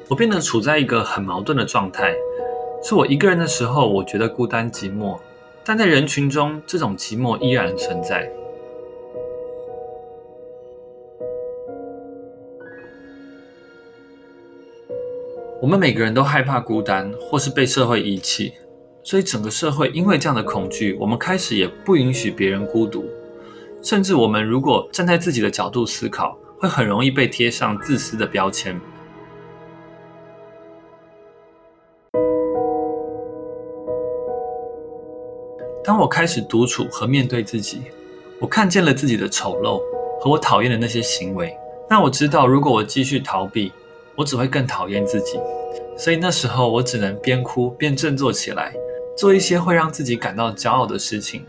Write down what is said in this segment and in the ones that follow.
我变得处在一个很矛盾的状态，是我一个人的时候，我觉得孤单寂寞，但在人群中，这种寂寞依然存在。我们每个人都害怕孤单，或是被社会遗弃，所以整个社会因为这样的恐惧，我们开始也不允许别人孤独，甚至我们如果站在自己的角度思考，会很容易被贴上自私的标签。当我开始独处和面对自己，我看见了自己的丑陋和我讨厌的那些行为。那我知道，如果我继续逃避，我只会更讨厌自己。所以那时候我只能边哭边振作起来，做一些会让自己感到骄傲的事情。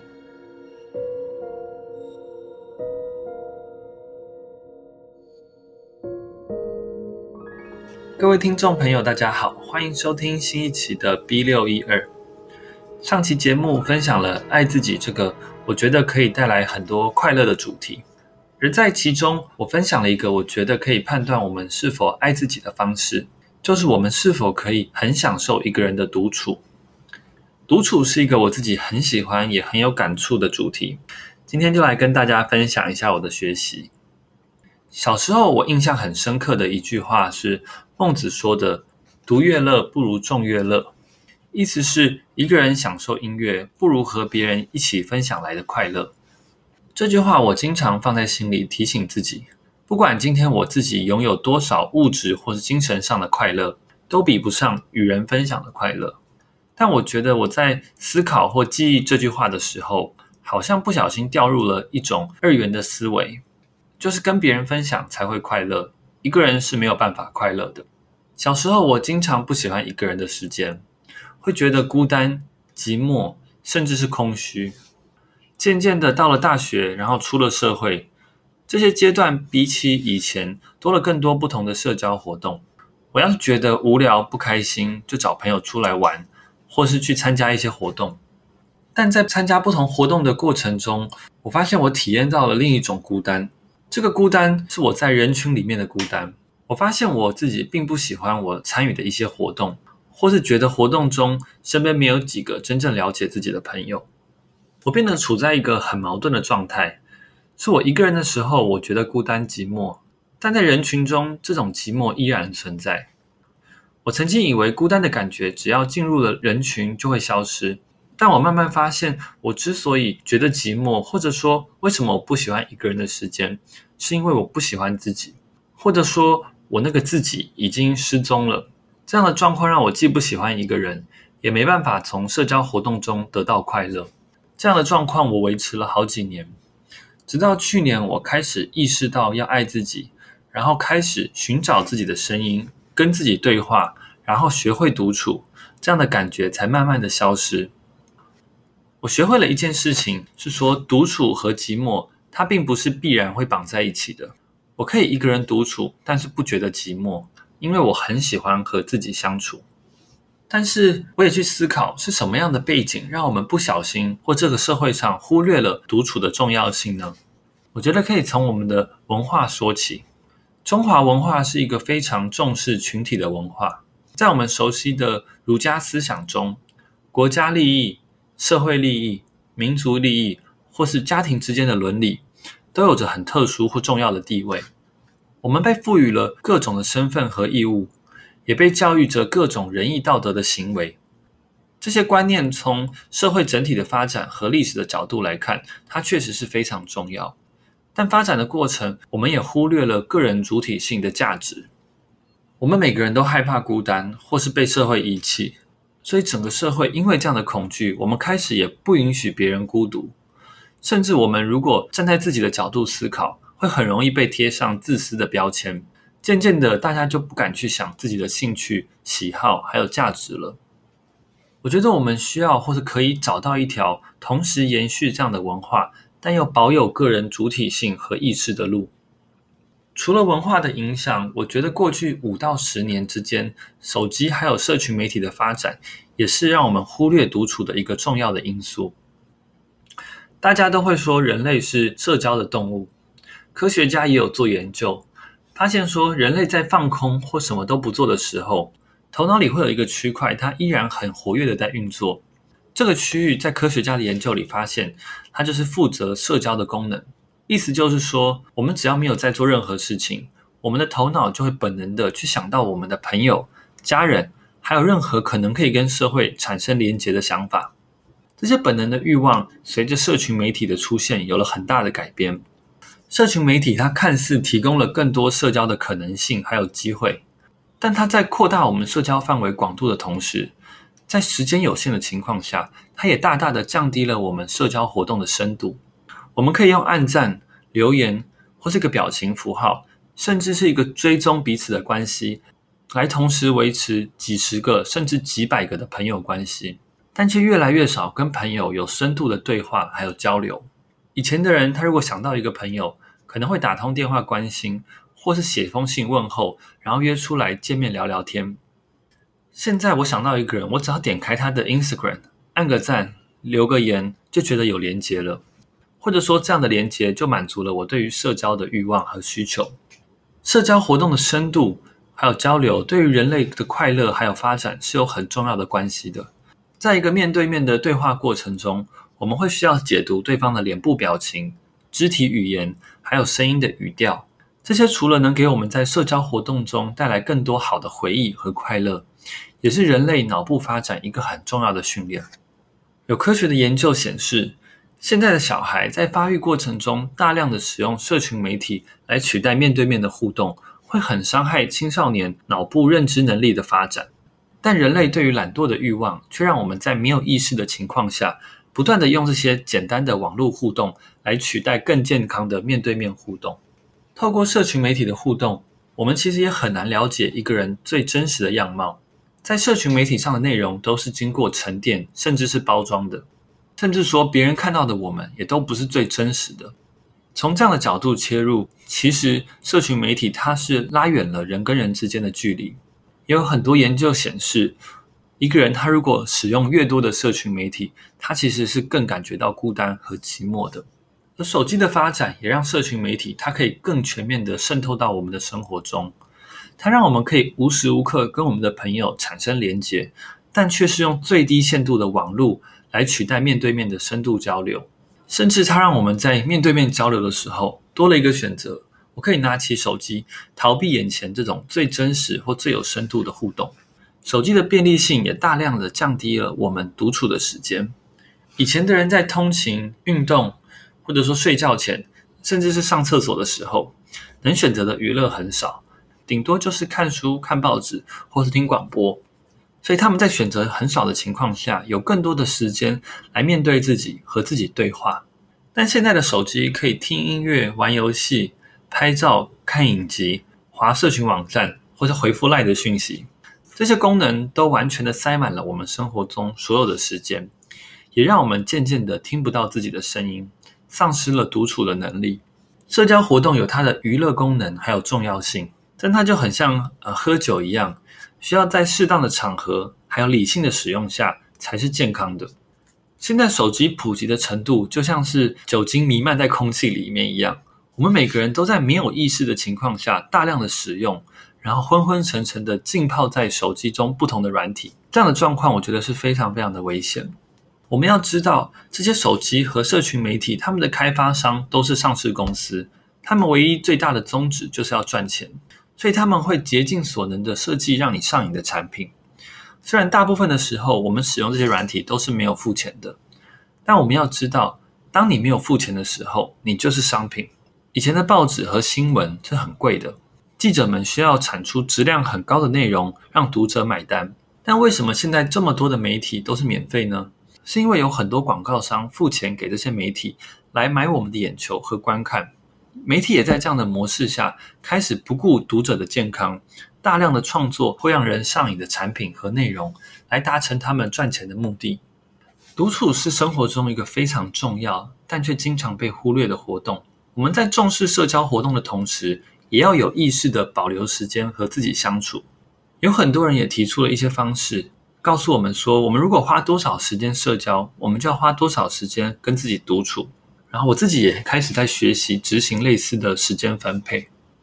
各位听众朋友大家好，欢迎收听新一期的 B612。上期节目分享了爱自己这个我觉得可以带来很多快乐的主题，而在其中我分享了一个我觉得可以判断我们是否爱自己的方式，就是我们是否可以很享受一个人的独处。独处是一个我自己很喜欢也很有感触的主题，今天就来跟大家分享一下我的学习。小时候我印象很深刻的一句话是孟子说的，独乐乐不如众乐乐，意思是一个人享受音乐不如和别人一起分享来的快乐。这句话我经常放在心里，提醒自己，不管今天我自己拥有多少物质或是精神上的快乐，都比不上与人分享的快乐。但我觉得我在思考或记忆这句话的时候，好像不小心掉入了一种二元的思维，就是跟别人分享才会快乐，一个人是没有办法快乐的。小时候我经常不喜欢一个人的时间，会觉得孤单、寂寞，甚至是空虚。渐渐的到了大学，然后出了社会，这些阶段比起以前多了更多不同的社交活动。我要是觉得无聊不开心，就找朋友出来玩，或是去参加一些活动。但在参加不同活动的过程中，我发现我体验到了另一种孤单。这个孤单是我在人群里面的孤单。我发现我自己并不喜欢我参与的一些活动，或是觉得活动中身边没有几个真正了解自己的朋友。我变得处在一个很矛盾的状态，是我一个人的时候，我觉得孤单寂寞，但在人群中，这种寂寞依然存在。我曾经以为孤单的感觉只要进入了人群就会消失，但我慢慢发现，我之所以觉得寂寞，或者说为什么我不喜欢一个人的时间，是因为我不喜欢自己，或者说我那个自己已经失踪了。这样的状况让我既不喜欢一个人，也没办法从社交活动中得到快乐。这样的状况我维持了好几年，直到去年我开始意识到要爱自己，然后开始寻找自己的声音，跟自己对话，然后学会独处，这样的感觉才慢慢的消失。我学会了一件事情，是说独处和寂寞它并不是必然会绑在一起的。我可以一个人独处，但是不觉得寂寞，因为我很喜欢和自己相处。但是我也去思考，是什么样的背景让我们不小心或这个社会上忽略了独处的重要性呢？我觉得可以从我们的文化说起。中华文化是一个非常重视群体的文化，在我们熟悉的儒家思想中，国家利益、社会利益、民族利益或是家庭之间的伦理，都有着很特殊或重要的地位。我们被赋予了各种的身份和义务，也被教育着各种仁义道德的行为。这些观念从社会整体的发展和历史的角度来看，它确实是非常重要。但发展的过程，我们也忽略了个人主体性的价值。我们每个人都害怕孤单，或是被社会遗弃，所以整个社会因为这样的恐惧，我们开始也不允许别人孤独。甚至我们如果站在自己的角度思考，会很容易被贴上自私的标签。渐渐的，大家就不敢去想自己的兴趣、喜好还有价值了。我觉得我们需要或是可以找到一条同时延续这样的文化，但又保有个人主体性和意识的路。除了文化的影响，我觉得过去5到10年之间，手机还有社群媒体的发展，也是让我们忽略独处的一个重要的因素。大家都会说人类是社交的动物，科学家也有做研究， 发现说人类在放空或什么都不做的时候，头脑里会有一个区块，它依然很活跃的在运作。这个区域在科学家的研究里发现，它就是负责社交的功能。意思就是说，我们只要没有在做任何事情，我们的头脑就会本能的去想到我们的朋友、家人，还有任何可能可以跟社会产生连结的想法。这些本能的欲望随着社群媒体的出现有了很大的改变。社群媒体它看似提供了更多社交的可能性还有机会，但它在扩大我们社交范围广度的同时，在时间有限的情况下，它也大大的降低了我们社交活动的深度。我们可以用按赞、留言或是一个表情符号，甚至是一个追踪彼此的关系，来同时维持几十个甚至几百个的朋友关系，但却越来越少跟朋友有深度的对话还有交流。以前的人，他如果想到一个朋友，可能会打通电话关心，或是写封信问候，然后约出来见面聊聊天。现在我想到一个人，我只要点开他的 Instagram， 按个赞，留个言，就觉得有连结了。或者说这样的连结就满足了我对于社交的欲望和需求。社交活动的深度还有交流，对于人类的快乐还有发展是有很重要的关系的。在一个面对面的对话过程中，我们会需要解读对方的脸部表情、肢体语言，还有声音的语调。这些除了能给我们在社交活动中带来更多好的回忆和快乐，也是人类脑部发展一个很重要的训练。有科学的研究显示，现在的小孩在发育过程中大量的使用社群媒体来取代面对面的互动，会很伤害青少年脑部认知能力的发展。但人类对于懒惰的欲望，却让我们在没有意识的情况下，不断的用这些简单的网络互动来取代更健康的面对面互动。透过社群媒体的互动，我们其实也很难了解一个人最真实的样貌。在社群媒体上的内容都是经过沉淀，甚至是包装的，甚至说别人看到的我们也都不是最真实的。从这样的角度切入，其实社群媒体它是拉远了人跟人之间的距离。也有很多研究显示，一个人他如果使用越多的社群媒体，他其实是更感觉到孤单和寂寞的。而手机的发展也让社群媒体它可以更全面的渗透到我们的生活中，它让我们可以无时无刻跟我们的朋友产生连结，但却是用最低限度的网络来取代面对面的深度交流。甚至它让我们在面对面交流的时候多了一个选择，我可以拿起手机逃避眼前这种最真实或最有深度的互动。手机的便利性也大量的降低了我们独处的时间。以前的人在通勤、运动，或者说睡觉前，甚至是上厕所的时候，能选择的娱乐很少，顶多就是看书、看报纸或是听广播。所以他们在选择很少的情况下，有更多的时间来面对自己和自己对话。但现在的手机可以听音乐、玩游戏、拍照、看影集、滑社群网站或者回复 LINE 的讯息，这些功能都完全的塞满了我们生活中所有的时间，也让我们渐渐的听不到自己的声音，丧失了独处的能力。社交活动有它的娱乐功能还有重要性，但它就很像喝酒一样，需要在适当的场合还有理性的使用下才是健康的。现在手机普及的程度就像是酒精弥漫在空气里面一样，我们每个人都在没有意识的情况下大量的使用，然后昏昏沉沉的浸泡在手机中不同的软体。这样的状况我觉得是非常非常的危险。我们要知道，这些手机和社群媒体他们的开发商都是上市公司，他们唯一最大的宗旨就是要赚钱，所以他们会竭尽所能的设计让你上瘾的产品。虽然大部分的时候我们使用这些软体都是没有付钱的，但我们要知道，当你没有付钱的时候，你就是商品。以前的报纸和新闻是很贵的，记者们需要产出质量很高的内容让读者买单。但为什么现在这么多的媒体都是免费呢？是因为有很多广告商付钱给这些媒体来买我们的眼球和观看。媒体也在这样的模式下开始不顾读者的健康，大量的创作会让人上瘾的产品和内容来达成他们赚钱的目的。独处是生活中一个非常重要但却经常被忽略的活动。我们在重视社交活动的同时，也要有意识的保留时间和自己相处。有很多人也提出了一些方式，告诉我们说，我们如果花多少时间社交，我们就要花多少时间跟自己独处。然后我自己也开始在学习执行类似的时间分配。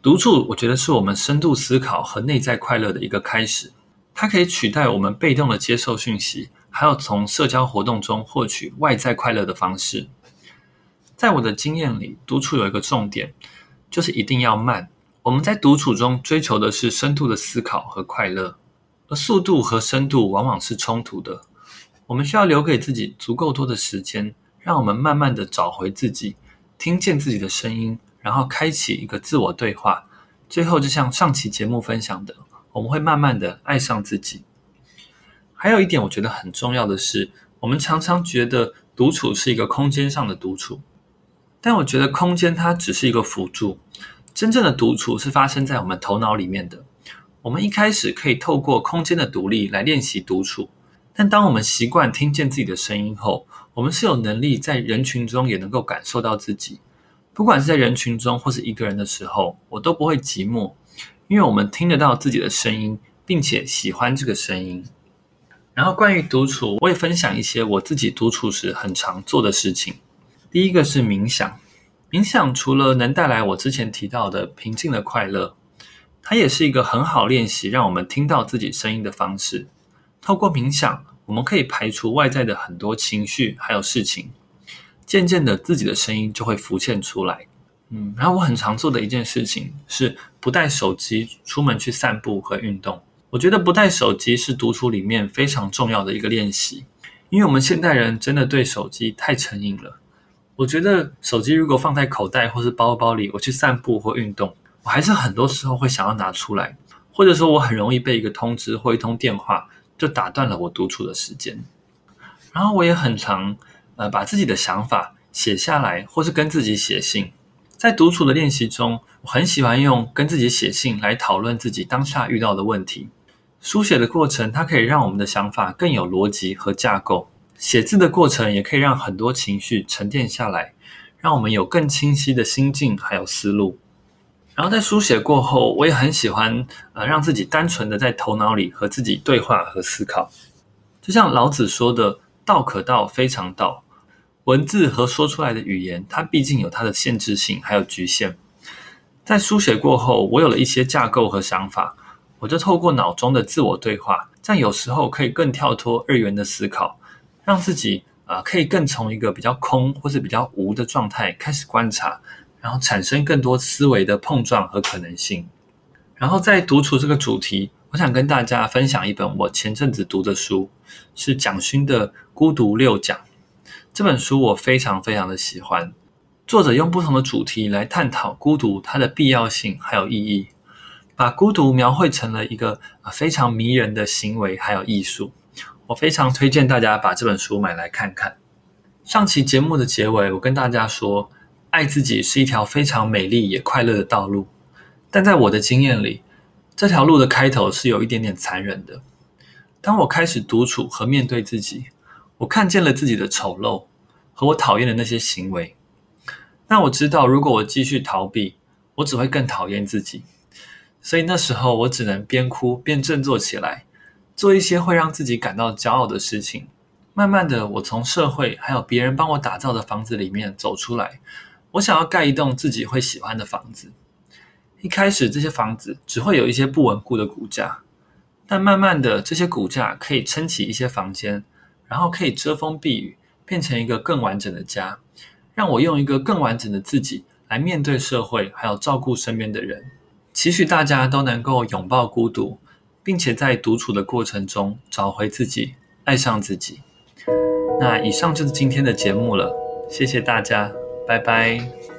独处我觉得是我们深度思考和内在快乐的一个开始，它可以取代我们被动的接受讯息，还有从社交活动中获取外在快乐的方式。在我的经验里，独处有一个重点，就是一定要慢。我们在独处中追求的是深度的思考和快乐，而速度和深度往往是冲突的。我们需要留给自己足够多的时间，让我们慢慢的找回自己，听见自己的声音，然后开启一个自我对话。最后就像上期节目分享的，我们会慢慢的爱上自己。还有一点我觉得很重要的是，我们常常觉得独处是一个空间上的独处，但我觉得空间它只是一个辅助，真正的独处是发生在我们头脑里面的。我们一开始可以透过空间的独立来练习独处，但当我们习惯听见自己的声音后，我们是有能力在人群中也能够感受到自己。不管是在人群中或是一个人的时候，我都不会寂寞，因为我们听得到自己的声音，并且喜欢这个声音。然后关于独处，我也分享一些我自己独处时很常做的事情。第一个是冥想。冥想除了能带来我之前提到的平静的快乐，它也是一个很好练习让我们听到自己声音的方式。透过冥想，我们可以排除外在的很多情绪还有事情，渐渐的自己的声音就会浮现出来。然后我很常做的一件事情是不带手机出门去散步和运动。我觉得不带手机是独处里面非常重要的一个练习，因为我们现代人真的对手机太成瘾了。我觉得手机如果放在口袋或是包包里，我去散步或运动，我还是很多时候会想要拿出来，或者说我很容易被一个通知或一通电话就打断了我独处的时间。然后我也很常把自己的想法写下来，或是跟自己写信。在独处的练习中，我很喜欢用跟自己写信来讨论自己当下遇到的问题。书写的过程，它可以让我们的想法更有逻辑和架构。写字的过程也可以让很多情绪沉淀下来，让我们有更清晰的心境还有思路。然后在书写过后，我也很喜欢让自己单纯的在头脑里和自己对话和思考。就像老子说的，道可道，非常道。文字和说出来的语言，它毕竟有它的限制性还有局限。在书写过后，我有了一些架构和想法，我就透过脑中的自我对话，这样有时候可以更跳脱二元的思考，让自己可以更从一个比较空或是比较无的状态开始观察，然后产生更多思维的碰撞和可能性。然后在独处这个主题，我想跟大家分享一本我前阵子读的书，是蒋勋的《孤独六讲》。这本书我非常非常的喜欢，作者用不同的主题来探讨孤独它的必要性还有意义，把孤独描绘成了一个非常迷人的行为还有艺术。我非常推荐大家把这本书买来看看。上期节目的结尾，我跟大家说，爱自己是一条非常美丽也快乐的道路，但在我的经验里，这条路的开头是有一点点残忍的。当我开始独处和面对自己，我看见了自己的丑陋和我讨厌的那些行为。那我知道，如果我继续逃避，我只会更讨厌自己。所以那时候我只能边哭边振作起来，做一些会让自己感到骄傲的事情。慢慢的，我从社会还有别人帮我打造的房子里面走出来，我想要盖一栋自己会喜欢的房子。一开始这些房子只会有一些不稳固的骨架，但慢慢的这些骨架可以撑起一些房间，然后可以遮风避雨，变成一个更完整的家，让我用一个更完整的自己来面对社会还有照顾身边的人。期许大家都能够拥抱孤独，并且在独处的过程中找回自己，爱上自己。那以上就是今天的节目了，谢谢大家，拜拜。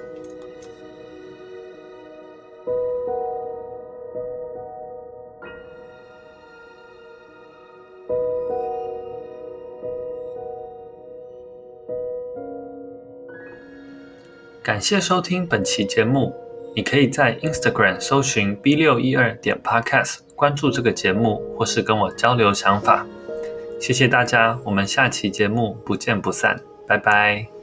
感谢收听本期节目，你可以在 Instagram 搜寻 B612.podcast 关注这个节目，或是跟我交流想法。谢谢大家，我们下期节目不见不散，拜拜。